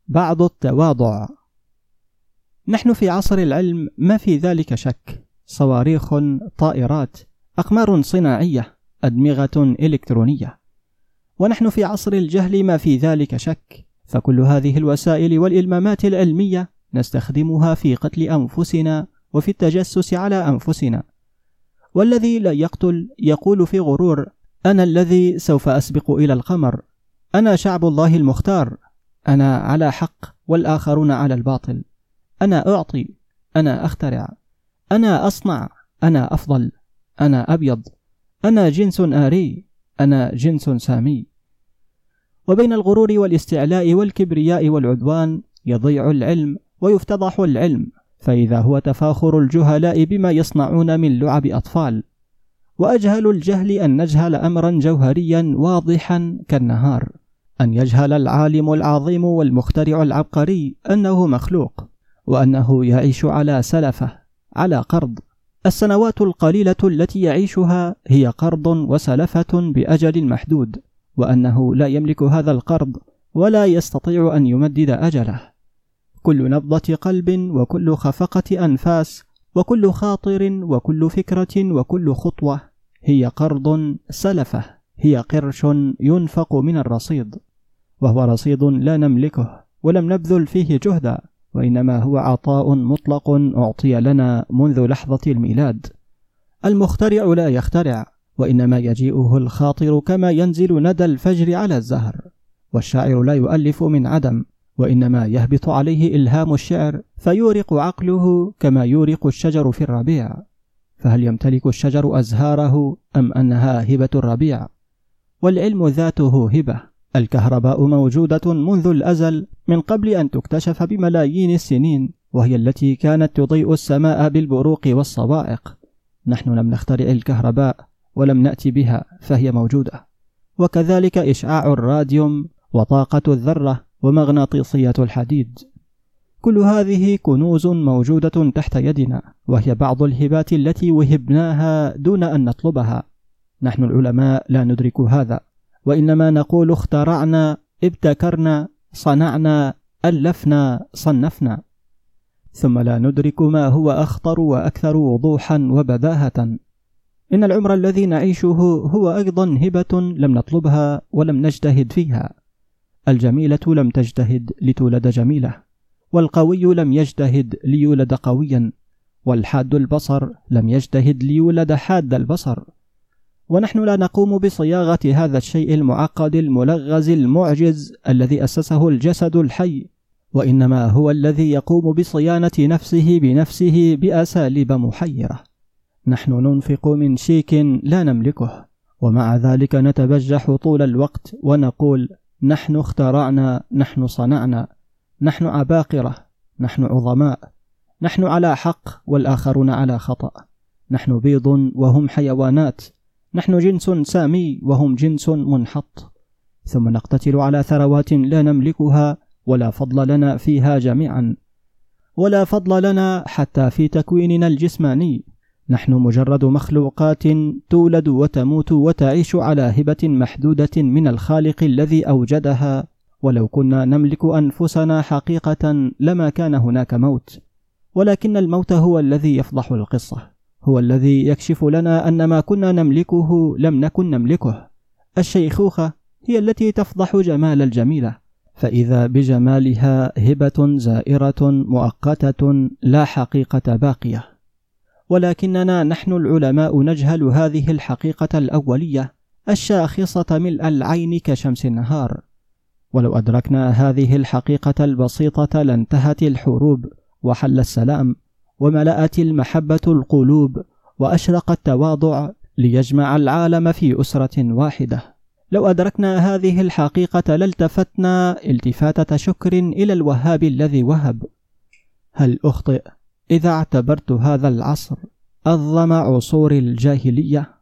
بعض التواضع. نحن في عصر العلم ما في ذلك شك، صواريخ، طائرات، أقمار صناعية، أدمغة إلكترونية. ونحن في عصر الجهل ما في ذلك شك، فكل هذه الوسائل والإلمامات العلمية نستخدمها في قتل أنفسنا وفي التجسس على أنفسنا. والذي لا يقتل يقول في غرور: أنا الذي سوف أسبق إلى القمر، أنا شعب الله المختار، أنا على حق والآخرون على الباطل، أنا أعطي، أنا أخترع، أنا أصنع، أنا أفضل، أنا أبيض، أنا جنس آري، أنا جنس سامي. وبين الغرور والاستعلاء والكبرياء والعدوان يضيع العلم ويفتضح العلم، فإذا هو تفاخر الجهلاء بما يصنعون من لعب أطفال. وأجهل الجهل أن نجهل أمرا جوهريا واضحا كالنهار، أن يجهل العالم العظيم والمخترع العبقري أنه مخلوق، وأنه يعيش على سلفه، على قرض. السنوات القليلة التي يعيشها هي قرض وسلفة بأجل محدود، وأنه لا يملك هذا القرض ولا يستطيع أن يمدد أجله. كل نبضة قلب وكل خفقة أنفاس وكل خاطر وكل فكرة وكل خطوة هي قرض سلفة، هي قرش ينفق من الرصيد، وهو رصيد لا نملكه ولم نبذل فيه جهدا، وإنما هو عطاء مطلق أعطي لنا منذ لحظة الميلاد. المخترع لا يخترع، وإنما يجيئه الخاطر كما ينزل ندى الفجر على الزهر. والشاعر لا يؤلف من عدم، وإنما يهبط عليه إلهام الشعر فيورق عقله كما يورق الشجر في الربيع. فهل يمتلك الشجر أزهاره أم أنها هبة الربيع؟ والعلم ذاته هبة. الكهرباء موجودة منذ الأزل من قبل أن تكتشف بملايين السنين، وهي التي كانت تضيء السماء بالبروق والصواعق. نحن لم نخترع الكهرباء ولم نأتي بها، فهي موجودة. وكذلك إشعاع الراديوم وطاقة الذرة ومغناطيسية الحديد. كل هذه كنوز موجودة تحت يدنا، وهي بعض الهبات التي وهبناها دون أن نطلبها. نحن العلماء لا ندرك هذا، وإنما نقول اخترعنا، ابتكرنا، صنعنا، ألفنا، صنفنا، ثم لا ندرك ما هو أخطر وأكثر وضوحا وبداهة. إن العمر الذي نعيشه هو أيضا هبة لم نطلبها ولم نجتهد فيها. الجميلة لم تجتهد لتولد جميلة، والقوي لم يجتهد ليولد قويا، والحاد البصر لم يجتهد ليولد حاد البصر. ونحن لا نقوم بصياغة هذا الشيء المعقد الملغز المعجز الذي أسسه الجسد الحي، وإنما هو الذي يقوم بصيانة نفسه بنفسه بأساليب محيرة. نحن ننفق من شيك لا نملكه، ومع ذلك نتبجح طول الوقت ونقول: نحن اخترعنا، نحن صنعنا، نحن عباقرة، نحن عظماء، نحن على حق والآخرون على خطأ، نحن بيض وهم حيوانات، نحن جنس سامي وهم جنس منحط. ثم نقتتل على ثروات لا نملكها ولا فضل لنا فيها جميعا، ولا فضل لنا حتى في تكويننا الجسماني. نحن مجرد مخلوقات تولد وتموت وتعيش على هبة محدودة من الخالق الذي أوجدها. ولو كنا نملك أنفسنا حقيقة لما كان هناك موت، ولكن الموت هو الذي يفضح القصة، هو الذي يكشف لنا أن ما كنا نملكه لم نكن نملكه. الشيخوخة هي التي تفضح جمال الجميلة، فإذا بجمالها هبة زائرة مؤقتة لا حقيقة باقية. ولكننا نحن العلماء نجهل هذه الحقيقة الأولية الشاخصة ملء العين كشمس النهار. ولو أدركنا هذه الحقيقة البسيطة لانتهت الحروب وحل السلام، وملأت المحبة القلوب، وأشرق التواضع ليجمع العالم في أسرة واحدة. لو أدركنا هذه الحقيقة لالتفتنا التفاتة شكر إلى الوهاب الذي وهب. هل أخطئ إذا اعتبرت هذا العصر أظلم عصور الجاهلية؟